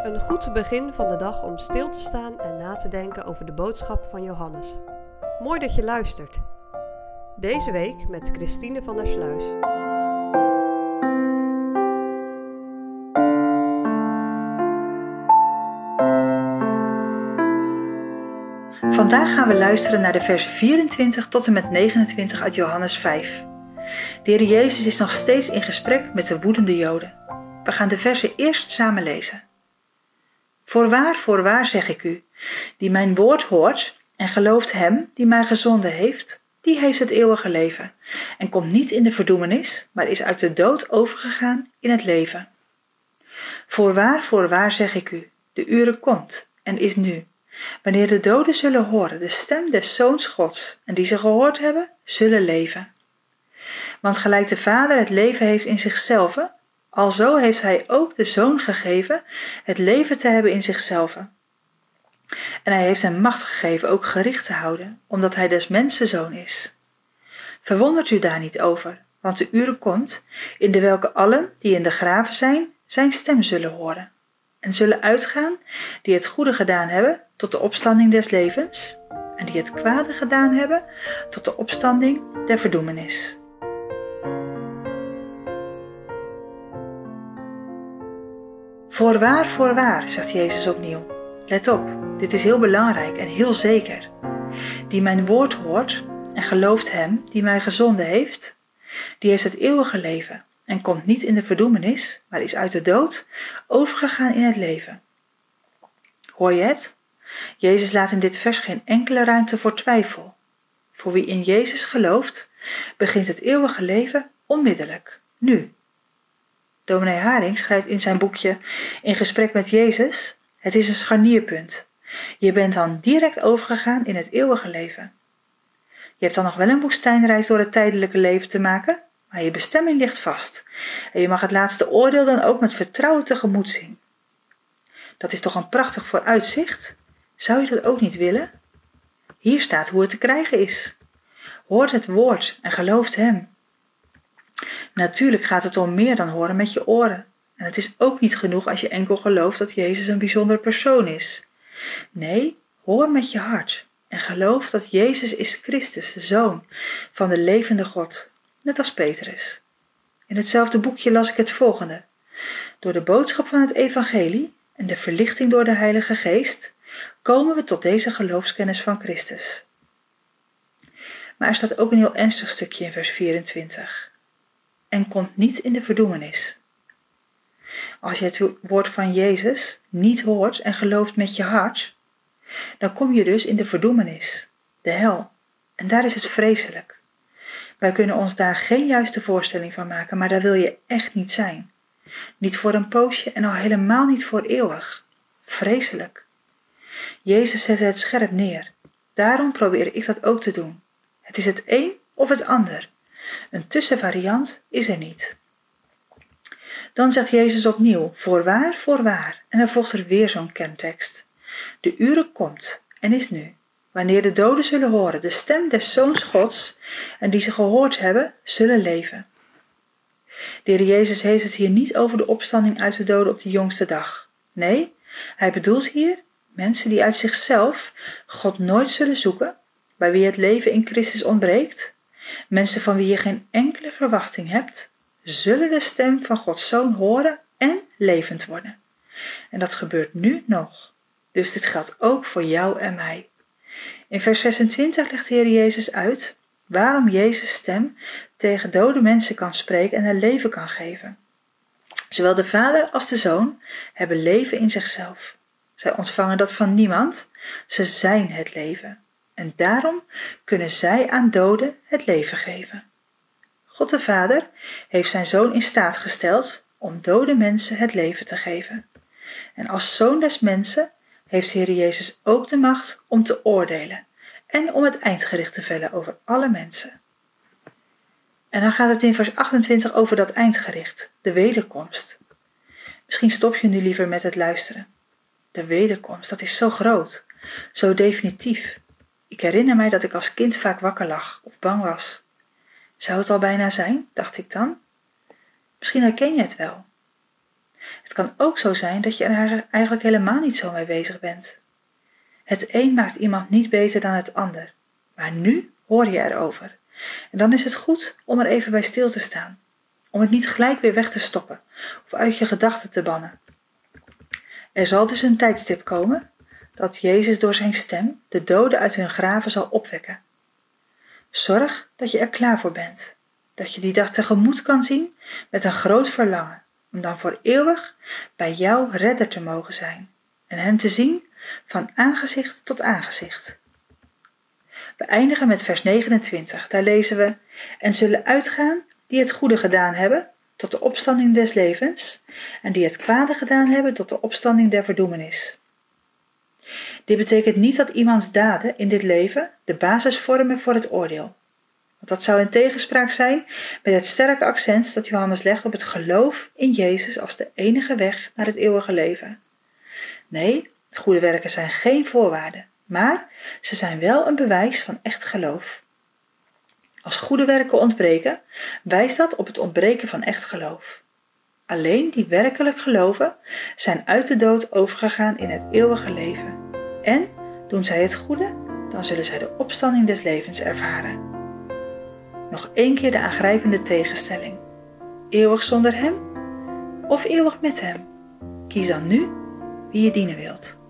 Een goed begin van de dag om stil te staan en na te denken over de boodschap van Johannes. Mooi dat je luistert. Deze week met Christine van der Sluis. Vandaag gaan we luisteren naar de versen 24 tot en met 29 uit Johannes 5. De Heer Jezus is nog steeds in gesprek met de woedende Joden. We gaan de versen eerst samen lezen. Voorwaar zeg ik u, die mijn woord hoort en gelooft hem die mij gezonden heeft, die heeft het eeuwige leven en komt niet in de verdoemenis, maar is uit de dood overgegaan in het leven. Voorwaar zeg ik u, de uren komt en is nu, wanneer de doden zullen horen de stem des Zoons Gods en die ze gehoord hebben, zullen leven. Want gelijk de Vader het leven heeft in zichzelf, alzo heeft hij ook de Zoon gegeven het leven te hebben in zichzelf. En hij heeft hem macht gegeven ook gericht te houden, omdat hij des mensen zoon is. Verwondert u daar niet over, want de uren komt, in de welke allen die in de graven zijn, zijn stem zullen horen. En zullen uitgaan, die het goede gedaan hebben, tot de opstanding des levens, en die het kwade gedaan hebben, tot de opstanding der verdoemenis. Voorwaar, zegt Jezus opnieuw. Let op, dit is heel belangrijk en heel zeker. Die mijn woord hoort en gelooft hem die mij gezonden heeft, die heeft het eeuwige leven en komt niet in de verdoemenis, maar is uit de dood overgegaan in het leven. Hoor je het? Jezus laat in dit vers geen enkele ruimte voor twijfel. Voor wie in Jezus gelooft, begint het eeuwige leven onmiddellijk, nu. Dominee Haring schrijft in zijn boekje In gesprek met Jezus, het is een scharnierpunt. Je bent dan direct overgegaan in het eeuwige leven. Je hebt dan nog wel een woestijnreis door het tijdelijke leven te maken, maar je bestemming ligt vast. En je mag het laatste oordeel dan ook met vertrouwen tegemoet zien. Dat is toch een prachtig vooruitzicht? Zou je dat ook niet willen? Hier staat hoe het te krijgen is. Hoort het woord en gelooft hem. Natuurlijk gaat het om meer dan horen met je oren. En het is ook niet genoeg als je enkel gelooft dat Jezus een bijzonder persoon is. Nee, hoor met je hart en geloof dat Jezus is Christus, de Zoon van de levende God, net als Petrus. In hetzelfde boekje las ik het volgende. Door de boodschap van het evangelie en de verlichting door de Heilige Geest komen we tot deze geloofskennis van Christus. Maar er staat ook een heel ernstig stukje in vers 24. En komt niet in de verdoemenis. Als je het woord van Jezus niet hoort en gelooft met je hart, dan kom je dus in de verdoemenis, de hel. En daar is het vreselijk. Wij kunnen ons daar geen juiste voorstelling van maken, maar daar wil je echt niet zijn. Niet voor een poosje en al helemaal niet voor eeuwig. Vreselijk. Jezus zette het scherp neer. Daarom probeer ik dat ook te doen. Het is het een of het ander. Een tussenvariant is er niet. Dan zegt Jezus opnieuw, voorwaar, en dan volgt er weer zo'n kerntekst. De uren komt en is nu, wanneer de doden zullen horen de stem des Zoons Gods en die ze gehoord hebben, zullen leven. De Heer Jezus heeft het hier niet over de opstanding uit de doden op de jongste dag. Nee, hij bedoelt hier mensen die uit zichzelf God nooit zullen zoeken, bij wie het leven in Christus ontbreekt. Mensen van wie je geen enkele verwachting hebt, zullen de stem van Gods Zoon horen en levend worden. En dat gebeurt nu nog. Dus dit geldt ook voor jou en mij. In vers 26 legt de Heer Jezus uit waarom Jezus' stem tegen dode mensen kan spreken en een leven kan geven. Zowel de Vader als de Zoon hebben leven in zichzelf. Zij ontvangen dat van niemand, ze zijn het leven. En daarom kunnen zij aan doden het leven geven. God de Vader heeft zijn Zoon in staat gesteld om dode mensen het leven te geven. En als Zoon des mensen heeft de Heer Jezus ook de macht om te oordelen en om het eindgericht te vellen over alle mensen. En dan gaat het in vers 28 over dat eindgericht, de wederkomst. Misschien stop je nu liever met het luisteren. De wederkomst, dat is zo groot, zo definitief. Ik herinner mij dat ik als kind vaak wakker lag of bang was. Zou het al bijna zijn, dacht ik dan? Misschien herken je het wel. Het kan ook zo zijn dat je er eigenlijk helemaal niet zo mee bezig bent. Het een maakt iemand niet beter dan het ander, maar nu hoor je erover. En dan is het goed om er even bij stil te staan, om het niet gelijk weer weg te stoppen of uit je gedachten te bannen. Er zal dus een tijdstip komen dat Jezus door zijn stem de doden uit hun graven zal opwekken. Zorg dat je er klaar voor bent, dat je die dag tegemoet kan zien met een groot verlangen, om dan voor eeuwig bij jouw redder te mogen zijn en hem te zien van aangezicht tot aangezicht. We eindigen met vers 29, daar lezen we: en zullen uitgaan die het goede gedaan hebben tot de opstanding des levens en die het kwade gedaan hebben tot de opstanding der verdoemenis. Dit betekent niet dat iemands daden in dit leven de basis vormen voor het oordeel. Want dat zou in tegenspraak zijn met het sterke accent dat Johannes legt op het geloof in Jezus als de enige weg naar het eeuwige leven. Nee, goede werken zijn geen voorwaarde, maar ze zijn wel een bewijs van echt geloof. Als goede werken ontbreken, wijst dat op het ontbreken van echt geloof. Alleen die werkelijk geloven zijn uit de dood overgegaan in het eeuwige leven. En doen zij het goede, dan zullen zij de opstanding des levens ervaren. Nog 1 keer de aangrijpende tegenstelling. Eeuwig zonder hem of eeuwig met hem? Kies dan nu wie je dienen wilt.